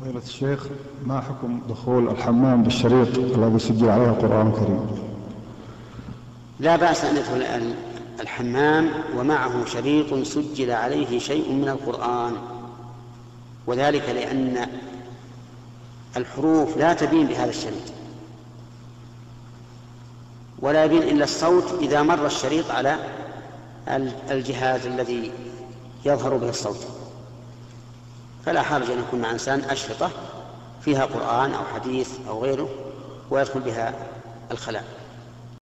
فضيلة الشيخ، ما حكم دخول الحمام بالشريط الذي سجل عليه القرآن الكريم؟ لا بأس أن يدخل الحمام ومعه شريط سجل عليه شيء من القرآن، وذلك لأن الحروف لا تبين بهذا الشريط، ولا يبين إلا الصوت إذا مر الشريط على الجهاز الذي يظهر به الصوت. فلا حرج أن يكون مع إنسان أشرطة فيها قرآن أو حديث أو غيره ويدخل بها الخلاء.